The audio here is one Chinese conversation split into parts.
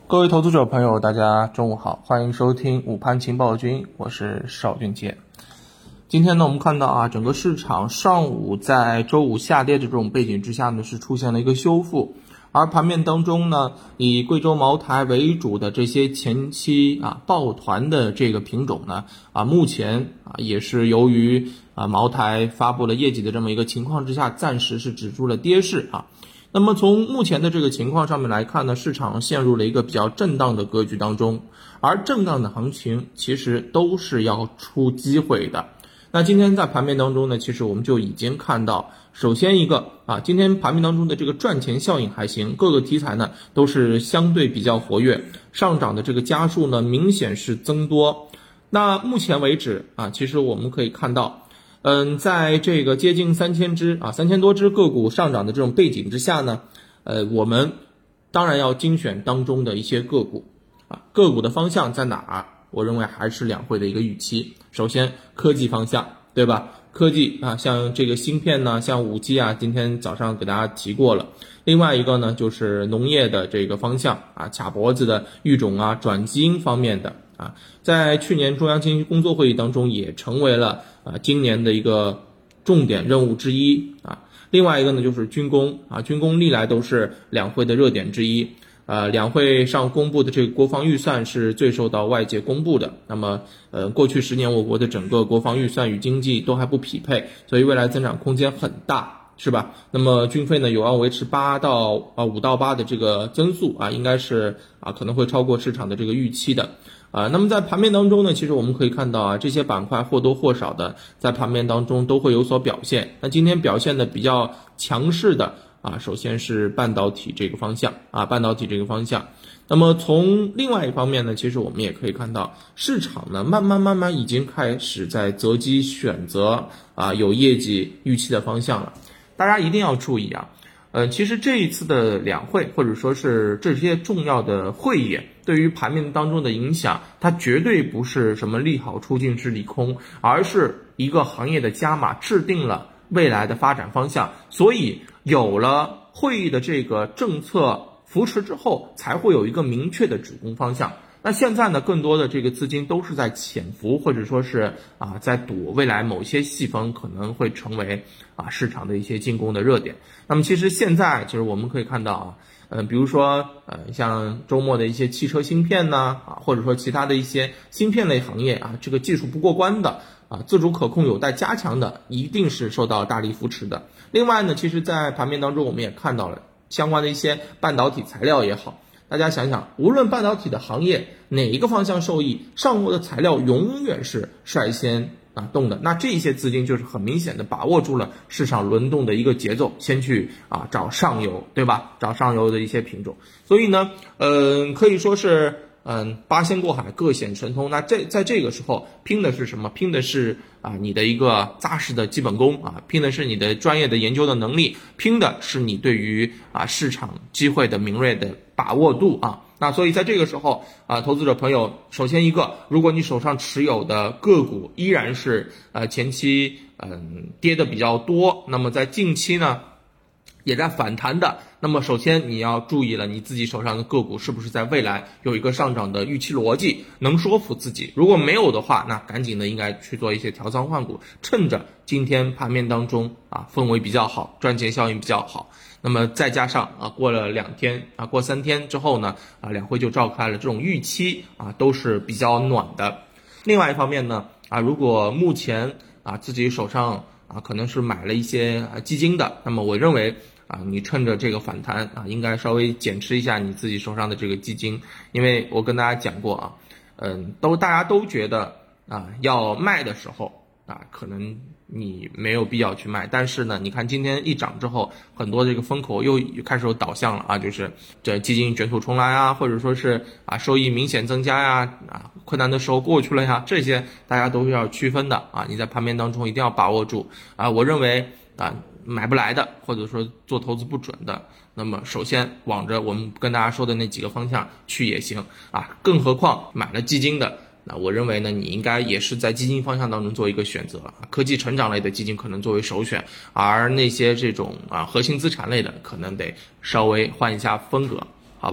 各位投资者朋友，大家中午好，欢迎收听午盘情报君，我是邵俊杰。今天呢，我们看到整个市场上午在周五下跌的这种背景之下呢，是出现了一个修复，而盘面当中呢，以贵州茅台为主的这些前期抱团的这个品种呢，目前也是由于茅台发布了业绩的这么一个情况之下，暂时是止住了跌势那么从目前的这个情况上面来看呢，市场陷入了一个比较震荡的格局当中，而震荡的行情其实都是要出机会的。那今天在盘面当中呢，其实我们就已经看到，首先一个今天盘面当中的这个赚钱效应还行，各个题材呢都是相对比较活跃，上涨的这个家数呢明显是增多。那目前为止其实我们可以看到在这个接近3000多只个股上涨的这种背景之下呢，我们当然要精选当中的一些个股个股的方向在哪儿？我认为还是两会的一个预期。首先科技方向，对吧？科技像这个芯片呢，像5G今天早上给大家提过了。另外一个呢，就是农业的这个方向卡脖子的育种转基因方面的在去年中央经济工作会议当中也成为了今年的一个重点任务之一另外一个呢就是军工军工历来都是两会的热点之一两会上公布的这个国防预算是最受到外界公布的。那么过去10年我国的整个国防预算与经济都还不匹配，所以未来增长空间很大，是吧？那么军费呢有望维持5到8的这个增速应该是可能会超过市场的这个预期的。那么在盘面当中呢，其实我们可以看到这些板块或多或少的在盘面当中都会有所表现。那今天表现的比较强势的首先是半导体这个方向那么从另外一方面呢，其实我们也可以看到市场呢慢慢已经开始在择机选择有业绩预期的方向了。大家一定要注意其实这一次的两会或者说是这些重要的会议对于盘面当中的影响，它绝对不是什么利好出尽是利空，而是一个行业的加码，制定了未来的发展方向。所以有了会议的这个政策扶持之后，才会有一个明确的主攻方向。那现在呢，更多的这个资金都是在潜伏，或者说是在赌未来某些细分可能会成为市场的一些进攻的热点。那么其实现在就是我们可以看到比如说像周末的一些汽车芯片呢或者说其他的一些芯片类行业这个技术不过关的自主可控有待加强的，一定是受到大力扶持的。另外呢，其实在盘面当中我们也看到了相关的一些半导体材料也好，大家想想，无论半导体的行业哪一个方向受益，上游的材料永远是率先动的。那这些资金就是很明显的把握住了市场轮动的一个节奏，先去找上游，对吧？找上游的一些品种。所以呢，可以说是八仙过海各显神通。那在这个时候拼的是什么？拼的是你的一个扎实的基本功拼的是你的专业的研究的能力，拼的是你对于市场机会的敏锐的把握度那所以在这个时候投资者朋友，首先一个，如果你手上持有的个股依然是前期跌的比较多，那么在近期呢也在反弹的，那么首先你要注意了，你自己手上的个股是不是在未来有一个上涨的预期逻辑，能说服自己。如果没有的话，那赶紧的应该去做一些调仓换股，趁着今天盘面当中氛围比较好，赚钱效应比较好。那么再加上过了2天过3天之后呢两会就召开了，这种预期都是比较暖的。另外一方面呢如果目前自己手上可能是买了一些基金的，那么我认为你趁着这个反弹应该稍微减持一下你自己手上的这个基金。因为我跟大家讲过大家都觉得要卖的时候可能你没有必要去卖，但是呢你看今天一涨之后，很多这个风口又开始有导向了就是这基金卷土重来或者说是收益明显增加困难的时候过去了这些大家都是要区分的你在盘面当中一定要把握住我认为买不来的或者说做投资不准的，那么首先往着我们跟大家说的那几个方向去也行更何况买了基金的，那我认为呢，你应该也是在基金方向当中做一个选择，科技成长类的基金可能作为首选，而那些这种核心资产类的可能得稍微换一下风格，好吧？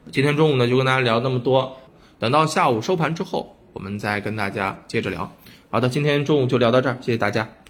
今天中午呢就跟大家聊那么多，等到下午收盘之后，我们再跟大家接着聊。好的，今天中午就聊到这儿，谢谢大家。